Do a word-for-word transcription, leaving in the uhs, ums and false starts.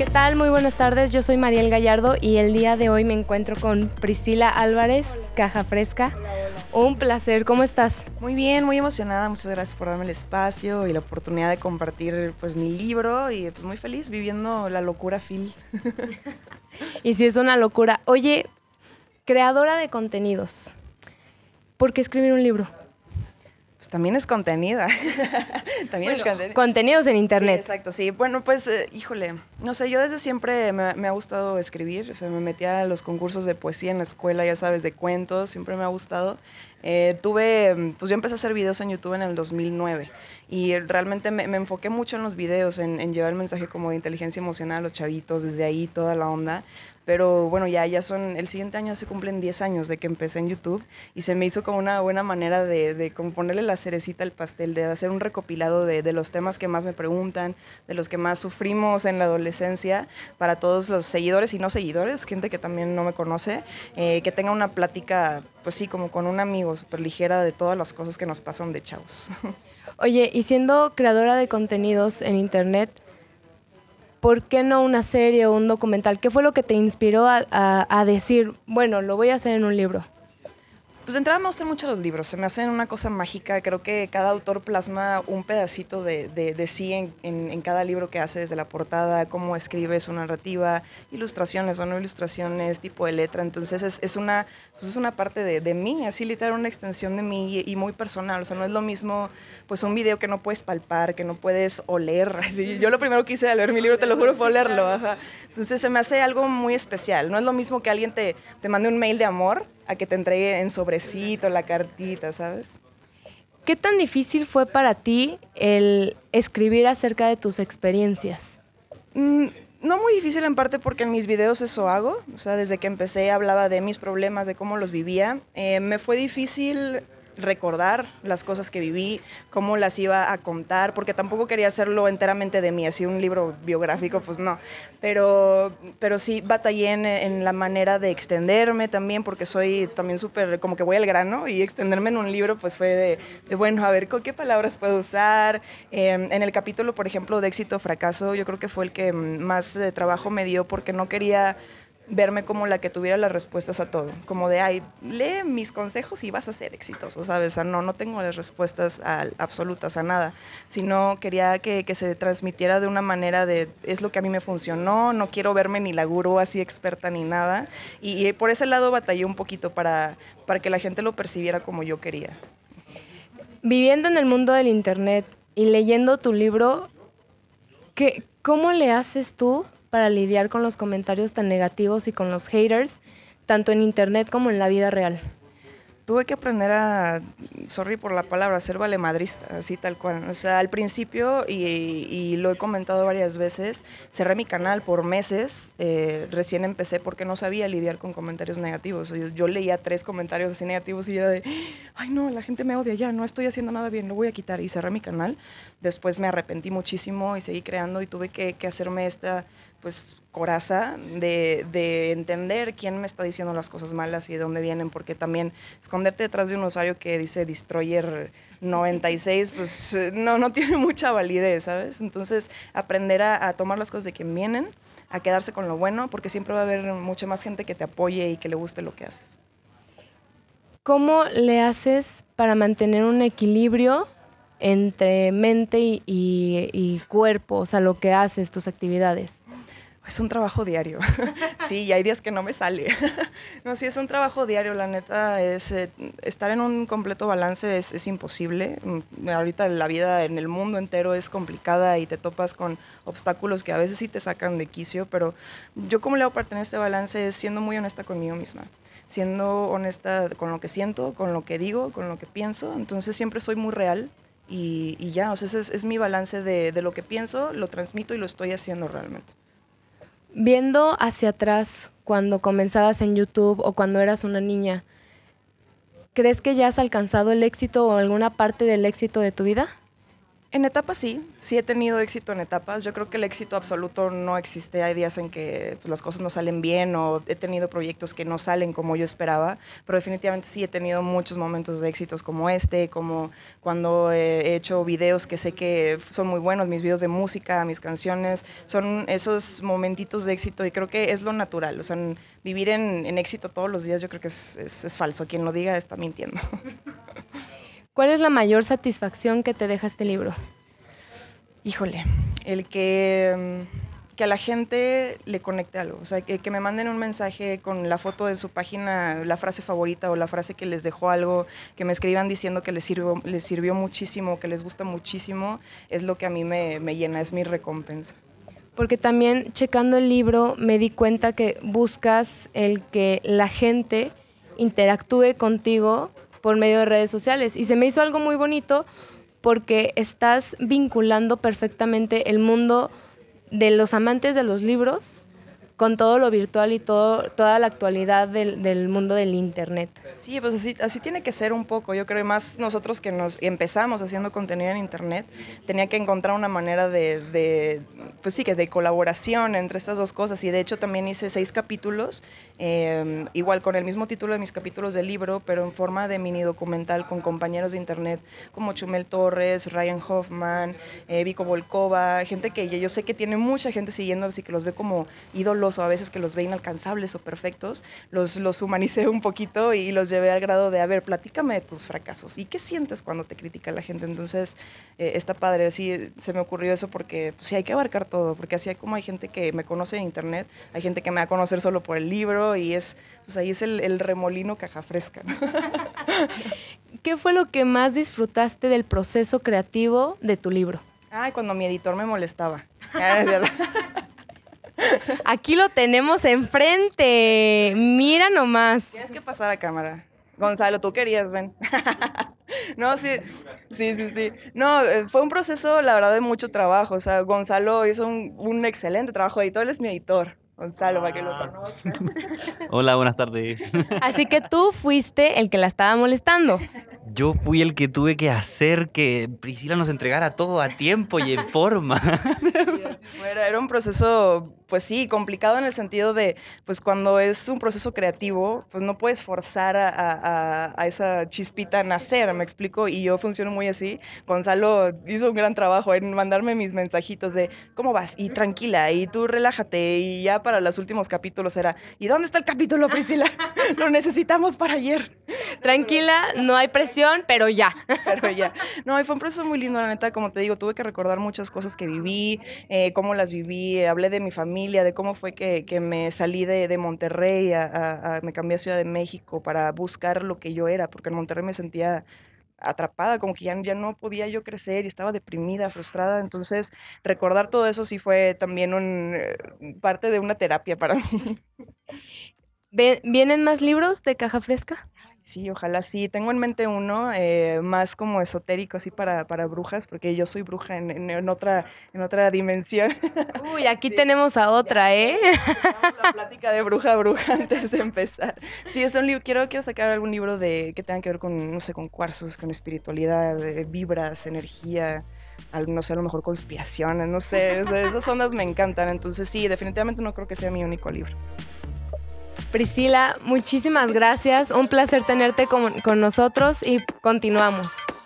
tal? Muy buenas tardes, yo soy Mariel Gallardo y el día de hoy me encuentro con Priscila Álvarez, Caja Fresca. Hola, hola. Un placer, ¿cómo estás? Muy bien, muy emocionada, muchas gracias por darme el espacio y la oportunidad de compartir pues mi libro y pues muy feliz viviendo la locura Phil. Y si es una locura. Oye, creadora de contenidos, ¿por qué escribir un libro? Pues también es contenida. También Bueno, es contenida. Contenidos en internet. Sí, exacto, sí. Bueno, pues, eh, híjole, no sé, yo desde siempre me, me ha gustado escribir, o sea, me metía a los concursos de poesía en la escuela, ya sabes, de cuentos, siempre me ha gustado. Eh, tuve, pues yo empecé a hacer videos en YouTube en el dos mil nueve y realmente me, me enfoqué mucho en los videos, en, en llevar el mensaje como de inteligencia emocional a los chavitos, desde ahí toda la onda. Pero bueno, ya, ya son, el siguiente año se cumplen diez años de que empecé en YouTube y se me hizo como una buena manera de, de como ponerle la cerecita al pastel, de hacer un recopilado de, de los temas que más me preguntan, de los que más sufrimos en la adolescencia, para todos los seguidores y no seguidores, gente que también no me conoce, eh, que tenga una plática, pues sí, como con un amigo, súper ligera de todas las cosas que nos pasan de chavos. Oye, y siendo creadora de contenidos en internet, ¿por qué no una serie o un documental? ¿Qué fue lo que te inspiró a, a, a decir, bueno, lo voy a hacer en un libro? Pues de entrada me gustan mucho los libros, se me hacen una cosa mágica, creo que cada autor plasma un pedacito de, de, de sí en, en, en cada libro que hace, desde la portada, cómo escribe su narrativa, ilustraciones o no ilustraciones, tipo de letra, entonces es, es, una, pues es una parte de, de mí, así literal una extensión de mí y, y muy personal, o sea, no es lo mismo pues un video que no puedes palpar, que no puedes oler, así, yo lo primero que hice al leer mi libro, te lo juro, fue olerlo, ajá. Entonces se me hace algo muy especial, no es lo mismo que alguien te, te mande un mail de amor, a que te entregue en sobrecito la cartita, ¿sabes? ¿Qué tan difícil fue para ti el escribir acerca de tus experiencias? Mm, no muy difícil en parte porque en mis videos eso hago, o sea, desde que empecé hablaba de mis problemas, de cómo los vivía. Eh, me fue difícil recordar las cosas que viví, cómo las iba a contar, porque tampoco quería hacerlo enteramente de mí, así un libro biográfico, pues no, pero, pero sí batallé en, en la manera de extenderme también, porque soy también súper, como que voy al grano, y extenderme en un libro pues fue de, de bueno, a ver, ¿con qué palabras puedo usar? Eh, en el capítulo, por ejemplo, de éxito o fracaso, yo creo que fue el que más eh, trabajo me dio, porque no quería verme como la que tuviera las respuestas a todo, como de, ay, lee mis consejos y vas a ser exitoso, ¿sabes? O sea, no, no tengo las respuestas a, absolutas a nada, sino quería que, que se transmitiera de una manera de, es lo que a mí me funcionó, no quiero verme ni la gurú así experta ni nada, y, y por ese lado batallé un poquito para, para que la gente lo percibiera como yo quería. Viviendo en el mundo del internet y leyendo tu libro, ¿qué, ¿cómo le haces tú para lidiar con los comentarios tan negativos y con los haters, tanto en internet como en la vida real? Tuve que aprender a, sorry por la palabra, a ser valemadrista, así tal cual. O sea, al principio, y, y lo he comentado varias veces, cerré mi canal por meses, eh, recién empecé porque no sabía lidiar con comentarios negativos. Yo, yo leía tres comentarios así negativos y era de, ay no, la gente me odia ya, no estoy haciendo nada bien, lo voy a quitar. Y cerré mi canal. Después me arrepentí muchísimo y seguí creando y tuve que, que hacerme esta pues coraza de, de entender quién me está diciendo las cosas malas y de dónde vienen, porque también esconderte detrás de un usuario que dice Destroyer noventa y seis, pues no, no tiene mucha validez, ¿sabes? Entonces aprender a, a tomar las cosas de quien vienen, a quedarse con lo bueno, porque siempre va a haber mucha más gente que te apoye y que le guste lo que haces. ¿Cómo le haces para mantener un equilibrio entre mente y, y, y cuerpo, o sea, lo que haces, tus actividades? Es un trabajo diario, sí, y hay días que no me sale. No, sí, es un trabajo diario, la neta, es eh, estar en un completo balance es, es imposible. Ahorita la vida en el mundo entero es complicada y te topas con obstáculos que a veces sí te sacan de quicio, pero yo como le hago para tener este balance es siendo muy honesta conmigo misma, siendo honesta con lo que siento, con lo que digo, con lo que pienso, entonces siempre soy muy real y, y ya, o sea, ese es, es mi balance de, de lo que pienso, lo transmito y lo estoy haciendo realmente. Viendo hacia atrás, cuando comenzabas en YouTube o cuando eras una niña, ¿crees que ya has alcanzado el éxito o alguna parte del éxito de tu vida? En etapas sí, sí he tenido éxito en etapas. Yo creo que el éxito absoluto no existe. Hay días en que pues, las cosas no salen bien o he tenido proyectos que no salen como yo esperaba, pero definitivamente sí he tenido muchos momentos de éxitos como este, como cuando he hecho videos que sé que son muy buenos, mis videos de música, mis canciones, son esos momentitos de éxito y creo que es lo natural. O sea, vivir en, en éxito todos los días yo creo que es, es, es falso. Quien lo diga está mintiendo. ¿Cuál es la mayor satisfacción que te deja este libro? Híjole, el que, que a la gente le conecte algo, o sea, que, que me manden un mensaje con la foto de su página, la frase favorita o la frase que les dejó algo, que me escriban diciendo que les sirvió, les sirvió muchísimo, que les gusta muchísimo, es lo que a mí me, me llena, es mi recompensa. Porque también checando el libro me di cuenta que buscas el que la gente interactúe contigo por medio de redes sociales y se me hizo algo muy bonito porque estás vinculando perfectamente el mundo de los amantes de los libros con todo lo virtual y todo, toda la actualidad del, del mundo del internet. Sí, pues así, así tiene que ser un poco. Yo creo que más nosotros que nos empezamos haciendo contenido en internet, tenía que encontrar una manera de, de pues sí, que de colaboración entre estas dos cosas. Y de hecho también hice seis capítulos, eh, igual con el mismo título de mis capítulos del libro, pero en forma de mini documental con compañeros de internet como Chumel Torres, Ryan Hoffman, eh, Vico Volkova, gente que yo sé que tiene mucha gente siguiéndolos y que los ve como ídolos o a veces que los ve inalcanzables o perfectos, los, los humanicé un poquito y los llevé al grado de, a ver, platícame de tus fracasos y qué sientes cuando te critica la gente. Entonces, eh, está padre, así se me ocurrió eso porque pues, sí hay que abarcar todo, porque así hay como hay gente que me conoce en internet, hay gente que me va a conocer solo por el libro y es, pues ahí es el, el remolino caja fresca, ¿no? ¿Qué fue lo que más disfrutaste del proceso creativo de tu libro? Ay, cuando mi editor me molestaba. Aquí lo tenemos enfrente. Mira nomás. Tienes que pasar a cámara. Gonzalo, tú querías, ven. No, sí, sí, sí, sí. No, fue un proceso, la verdad, de mucho trabajo. O sea, Gonzalo hizo un, un excelente trabajo de editor. Él es mi editor. Gonzalo, para que lo conozcan. Hola, buenas tardes. Así que tú fuiste el que la estaba molestando. Yo fui el que tuve que hacer que Priscila nos entregara todo a tiempo y en forma. Sí, así fuera. Era un proceso, pues sí, complicado en el sentido de, pues cuando es un proceso creativo, pues no puedes forzar a, a, a esa chispita a nacer, ¿me explico? Y yo funciono muy así. Gonzalo hizo un gran trabajo en mandarme mis mensajitos de, ¿cómo vas? Y tranquila, y tú relájate. Y ya para los últimos capítulos era, ¿y dónde está el capítulo, Priscila? Lo necesitamos para ayer. Tranquila, no hay presión, pero ya. Pero ya. No, y fue un proceso muy lindo, la neta, como te digo, tuve que recordar muchas cosas que viví, eh, cómo las viví, eh, hablé de mi familia, de cómo fue que, que me salí de, de Monterrey, a, a, a, me cambié a Ciudad de México para buscar lo que yo era, porque en Monterrey me sentía atrapada, como que ya, ya no podía yo crecer y estaba deprimida, frustrada, entonces recordar todo eso sí fue también un, eh, parte de una terapia para mí. ¿Vienen más libros de Caja Fresca? Sí, ojalá sí. Tengo en mente uno eh, más como esotérico, así para, para brujas, porque yo soy bruja en, en, en otra, en otra dimensión. Uy, aquí sí. Sí. Tenemos a otra, ¿eh? La plática de bruja a bruja antes de empezar. Sí, es un libro, quiero, quiero sacar algún libro de que tenga que ver con, no sé, con cuarzos, con espiritualidad, de vibras, energía, al, no sé, a lo mejor conspiraciones, no sé, o sea, esas ondas me encantan. Entonces sí, definitivamente no creo que sea mi único libro. Priscila, muchísimas gracias. Un placer tenerte con, con nosotros y continuamos.